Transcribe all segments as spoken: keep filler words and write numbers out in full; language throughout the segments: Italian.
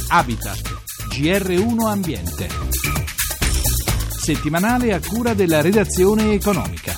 Habitat, G R uno Ambiente. Settimanale a cura della redazione economica.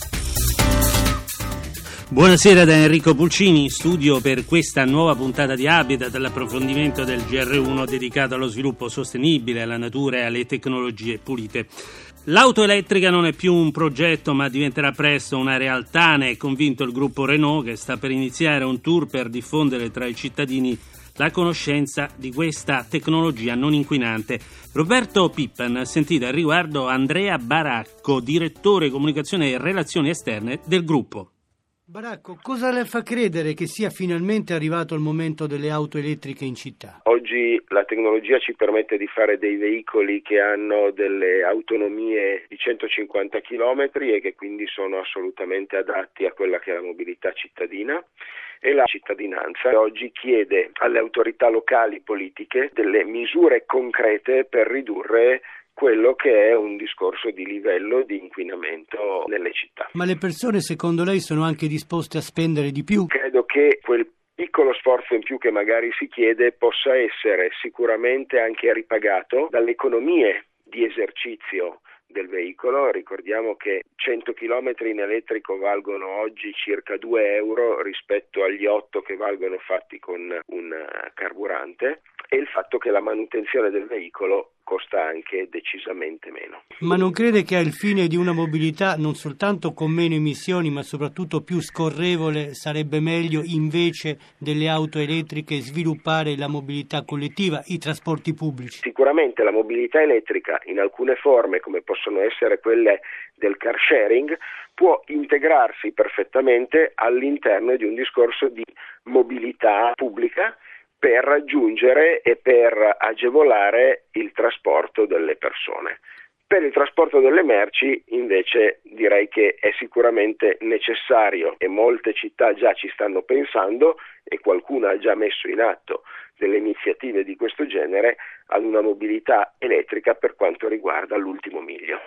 Buonasera da Enrico Pulcini, in studio per questa nuova puntata di Habitat, l'approfondimento del G R uno dedicato allo sviluppo sostenibile, alla natura e alle tecnologie pulite. L'auto elettrica non è più un progetto, ma diventerà presto una realtà, ne è convinto il gruppo Renault, che sta per iniziare un tour per diffondere tra i cittadini la conoscenza di questa tecnologia non inquinante. Roberto Pippan, sentite al riguardo Andrea Baracco, direttore comunicazione e relazioni esterne del gruppo. Baracco, cosa le fa credere che sia finalmente arrivato il momento delle auto elettriche in città? Oggi la tecnologia ci permette di fare dei veicoli che hanno delle autonomie di centocinquanta chilometri e che quindi sono assolutamente adatti a quella che è la mobilità cittadina. E la cittadinanza oggi chiede alle autorità locali politiche delle misure concrete per ridurre quello che è un discorso di livello di inquinamento nelle città. Ma le persone, secondo lei, sono anche disposte a spendere di più? Credo che quel piccolo sforzo in più che magari si chiede possa essere sicuramente anche ripagato dalle economie di esercizio del veicolo. Ricordiamo che cento chilometri in elettrico valgono oggi circa due euro rispetto agli otto che valgono fatti con un carburante, e il fatto che la manutenzione del veicolo costa anche decisamente meno. Ma non crede che al fine di una mobilità non soltanto con meno emissioni ma soprattutto più scorrevole sarebbe meglio, invece delle auto elettriche, sviluppare la mobilità collettiva, i trasporti pubblici? Sicuramente la mobilità elettrica in alcune forme, come possono essere quelle del car sharing, può integrarsi perfettamente all'interno di un discorso di mobilità pubblica per raggiungere e per agevolare il trasporto delle persone. Per il trasporto delle merci invece direi che è sicuramente necessario, e molte città già ci stanno pensando e qualcuna ha già messo in atto delle iniziative di questo genere, ad una mobilità elettrica per quanto riguarda l'ultimo miglio.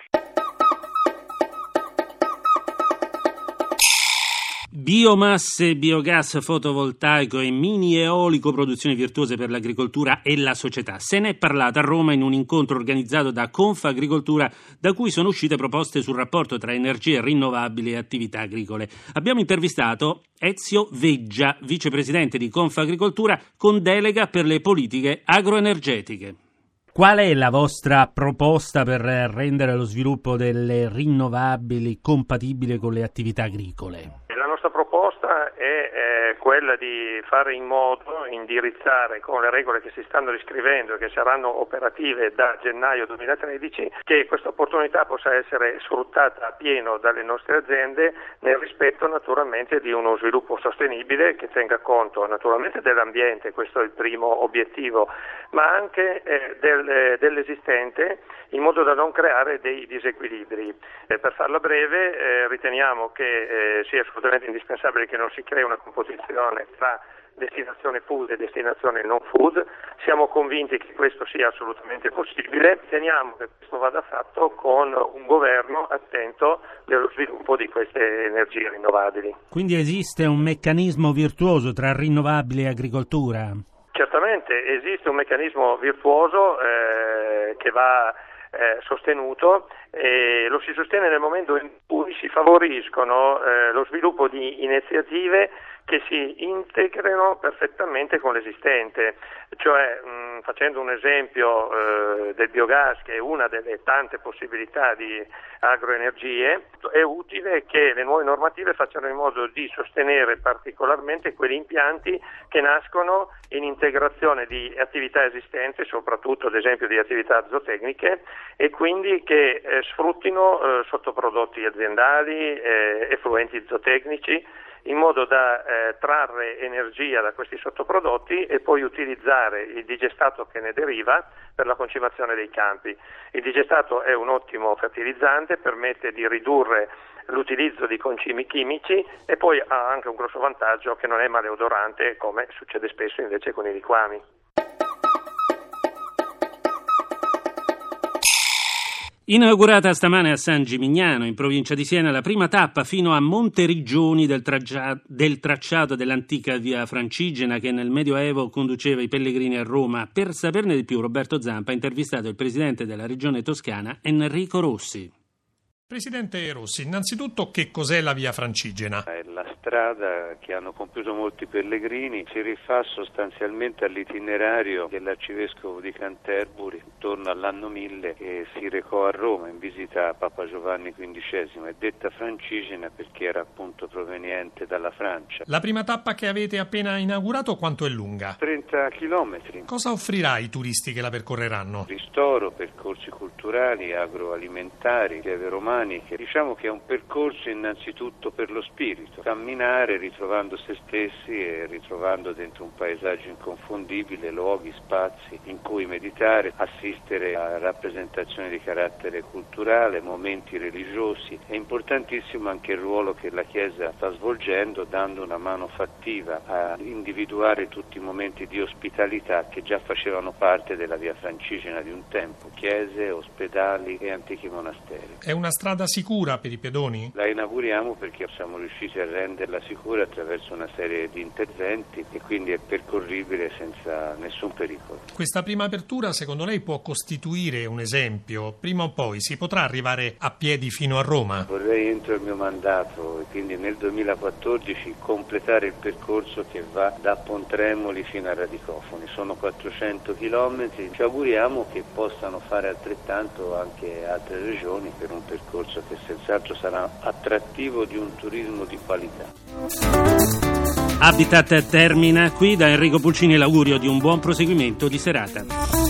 Biomasse, biogas fotovoltaico e mini eolico, produzioni virtuose per l'agricoltura e la società. Se ne è parlato a Roma in un incontro organizzato da Confagricoltura, da cui sono uscite proposte sul rapporto tra energie rinnovabili e attività agricole. Abbiamo intervistato Ezio Veggia, vicepresidente di Confagricoltura con delega per le politiche agroenergetiche. Qual è la vostra proposta per rendere lo sviluppo delle rinnovabili compatibile con le attività agricole? La nostra proposta è eh, quella di fare in modo, indirizzare con le regole che si stanno riscrivendo e che saranno operative da gennaio duemilatredici, che questa opportunità possa essere sfruttata a pieno dalle nostre aziende nel rispetto naturalmente di uno sviluppo sostenibile che tenga conto naturalmente dell'ambiente, questo è il primo obiettivo, ma anche eh, del, dell'esistente, in modo da non creare dei disequilibri. Eh, per farla breve, eh, riteniamo che eh, sia assolutamente indispensabile che non si crei una composizione tra destinazione food e destinazione non food. Siamo convinti che questo sia assolutamente possibile. Riteniamo che questo vada fatto con un governo attento dello sviluppo di queste energie rinnovabili. Quindi esiste un meccanismo virtuoso tra rinnovabili e agricoltura? Certamente esiste un meccanismo virtuoso eh, che va Eh, sostenuto, e lo si sostiene nel momento in cui si favoriscono eh, lo sviluppo di iniziative che si integrano perfettamente con l'esistente, cioè mh, facendo un esempio eh, del biogas, che è una delle tante possibilità di agroenergie, è utile che le nuove normative facciano in modo di sostenere particolarmente quegli impianti che nascono in integrazione di attività esistenti, soprattutto ad esempio di attività zootecniche, e quindi che eh, sfruttino eh, sottoprodotti aziendali, eh, effluenti zootecnici, in modo da eh, trarre energia da questi sottoprodotti e poi utilizzare il digestato che ne deriva per la concimazione dei campi. Il digestato è un ottimo fertilizzante, permette di ridurre l'utilizzo di concimi chimici e poi ha anche un grosso vantaggio che non è maleodorante, come succede spesso invece con i liquami. Inaugurata stamane a San Gimignano, in provincia di Siena, la prima tappa fino a Monteriggioni del, traccia- del tracciato dell'antica via Francigena che nel Medioevo conduceva i pellegrini a Roma. Per saperne di più, Roberto Zampa ha intervistato il presidente della regione toscana, Enrico Rossi. Presidente Rossi, innanzitutto che cos'è la via Francigena? È la strada che hanno compiuto molti pellegrini, si rifà sostanzialmente all'itinerario dell'arcivescovo di Canterbury intorno all'anno mille che si recò a Roma in visita a Papa Giovanni quindicesimo. È detta Francigena perché era appunto proveniente dalla Francia. La prima tappa che avete appena inaugurato quanto è lunga? trenta chilometri. Cosa offrirà ai turisti che la percorreranno? Ristoro, percorsi culturali, agroalimentari, pieve romane. Che diciamo che è un percorso innanzitutto per lo spirito, camminare ritrovando se stessi e ritrovando dentro un paesaggio inconfondibile luoghi, spazi in cui meditare, assistere a rappresentazioni di carattere culturale, momenti religiosi. È importantissimo anche il ruolo che la Chiesa sta svolgendo, dando una mano fattiva a individuare tutti i momenti di ospitalità che già facevano parte della via Francigena di un tempo, chiese, ospedali e antichi monasteri. È una strada sicura per i pedoni? La inauguriamo perché siamo riusciti a renderla sicura attraverso una serie di interventi e quindi è percorribile senza nessun pericolo. Questa prima apertura secondo lei può costituire un esempio? Prima o poi si potrà arrivare a piedi fino a Roma? Vorrei entro il mio mandato e quindi nel duemilaquattordici completare il percorso che va da Pontremoli fino a Radicofoni. Sono quattrocento chilometri, ci auguriamo che possano fare altrettanto anche altre regioni per un percorso che senz'altro sarà attrattivo di un turismo di qualità. Habitat termina qui, da Enrico Pulcini l'augurio di un buon proseguimento di serata.